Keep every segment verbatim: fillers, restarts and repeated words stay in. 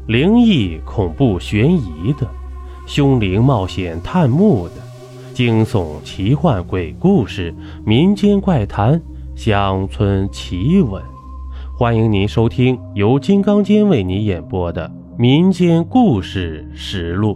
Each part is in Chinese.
灵异、恐怖、悬疑的，凶灵冒险探墓的，惊悚、奇幻、鬼故事、民间怪谈、乡村奇闻。欢迎您收听由金刚间为你演播的民间故事实录。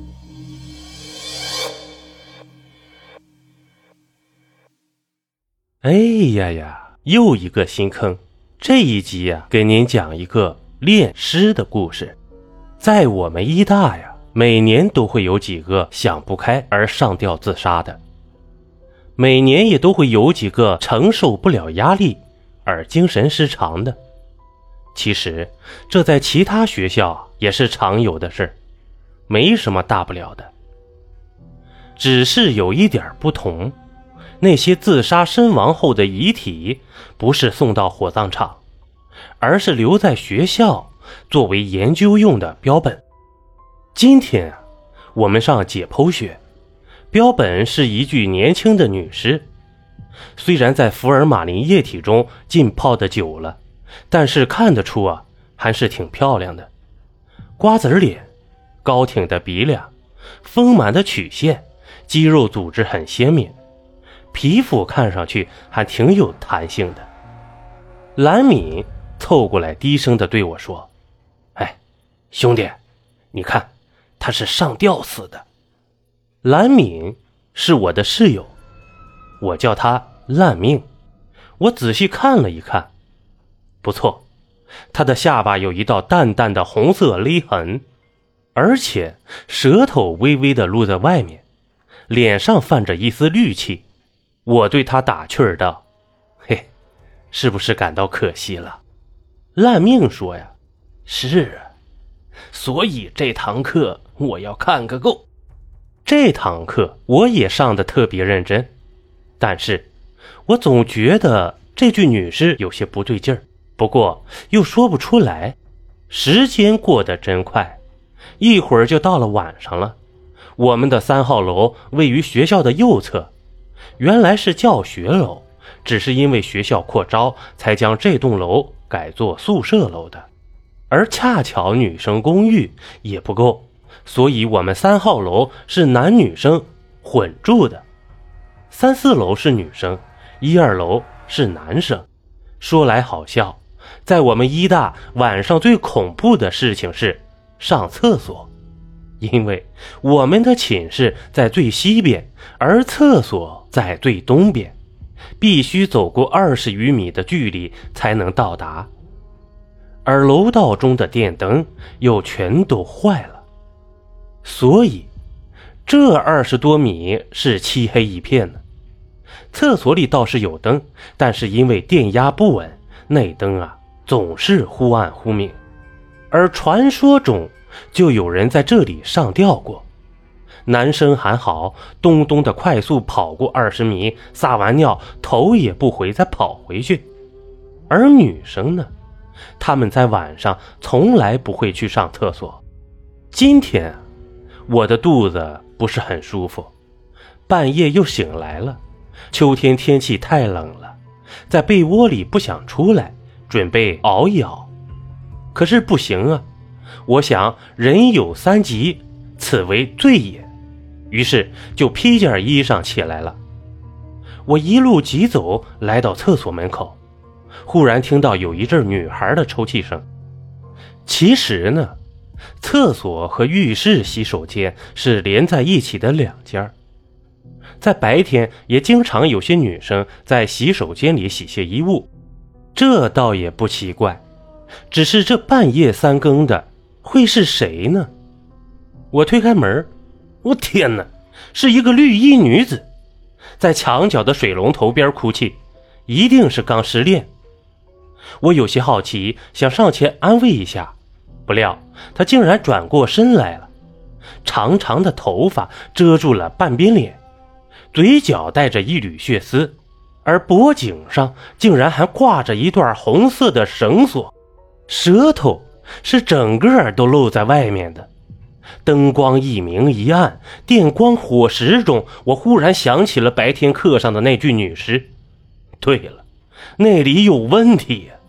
哎呀呀，又一个新坑。这一集呀、啊，给您讲一个炼尸的故事。在我们医大呀，每年都会有几个想不开而上吊自杀的，每年也都会有几个承受不了压力而精神失常的。其实这在其他学校也是常有的事，没什么大不了的。只是有一点不同，那些自杀身亡后的遗体不是送到火葬场，而是留在学校作为研究用的标本。今天啊，我们上解剖学，标本是一具年轻的女尸，虽然在福尔马林液体中浸泡的久了，但是看得出啊，还是挺漂亮的。瓜子脸，高挺的鼻梁，丰满的曲线，肌肉组织很鲜明，皮肤看上去还挺有弹性的。蓝敏凑过来低声地对我说，哎，兄弟，你看他是上吊死的。蓝敏是我的室友，我叫他烂命。我仔细看了一看，不错，他的下巴有一道淡淡的红色勒痕，而且舌头微微地露在外面，脸上泛着一丝绿气。我对他打趣儿道，嘿，是不是感到可惜了？烂命说呀，是啊，所以这堂课我要看个够。这堂课我也上得特别认真，但是我总觉得这具女尸有些不对劲儿，不过又说不出来。时间过得真快，一会儿就到了晚上了。我们的三号楼位于学校的右侧，原来是教学楼，只是因为学校扩招才将这栋楼改作宿舍楼的，而恰巧女生公寓也不够，所以我们三号楼是男女生混住的，三四楼是女生，一二楼是男生。说来好笑，在我们医大晚上最恐怖的事情是上厕所，因为我们的寝室在最西边，而厕所在最东边，必须走过二十余米的距离才能到达，而楼道中的电灯又全都坏了，所以这二十多米是漆黑一片的。厕所里倒是有灯，但是因为电压不稳，内灯啊总是忽暗忽明。而传说中就有人在这里上吊过，男生还好，咚咚的快速跑过二十米，撒完尿头也不回再跑回去。而女生呢，她们在晚上从来不会去上厕所。今天我的肚子不是很舒服，半夜又醒来了，秋天天气太冷了，在被窝里不想出来，准备熬一熬。可是不行啊，我想人有三急，此为最也，于是就披件衣裳起来了。我一路疾走来到厕所门口，忽然听到有一阵女孩的抽泣声。其实呢，厕所和浴室洗手间是连在一起的两间，在白天也经常有些女生在洗手间里洗些衣物，这倒也不奇怪，只是这半夜三更的会是谁呢？我推开门，我天哪，是一个绿衣女子，在墙角的水龙头边哭泣，一定是刚失恋。我有些好奇，想上前安慰一下，不料她竟然转过身来了，长长的头发遮住了半边脸，嘴角带着一缕血丝，而脖颈上竟然还挂着一段红色的绳索，舌头是整个都露在外面的。灯光一明一暗，电光火石中，我忽然想起了白天课上的那具女尸。对了，那里有问题呀！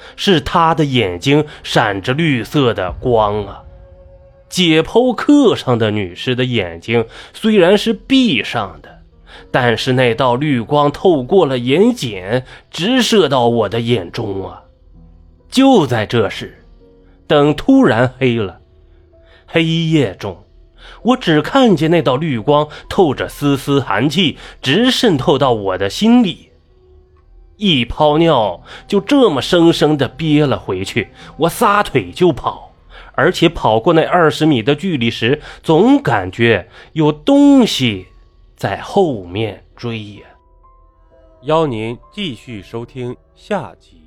是他的眼睛闪着绿色的光啊。解剖课上的女尸的眼睛虽然是闭上的，但是那道绿光透过了眼睑，直射到我的眼中啊。就在这时，灯突然黑了，黑夜中我只看见那道绿光透着丝丝寒气，直渗透到我的心里。一泡尿就这么生生地憋了回去，我撒腿就跑，而且跑过那二十米的距离时，总感觉有东西在后面追呀。 邀您继续收听下集。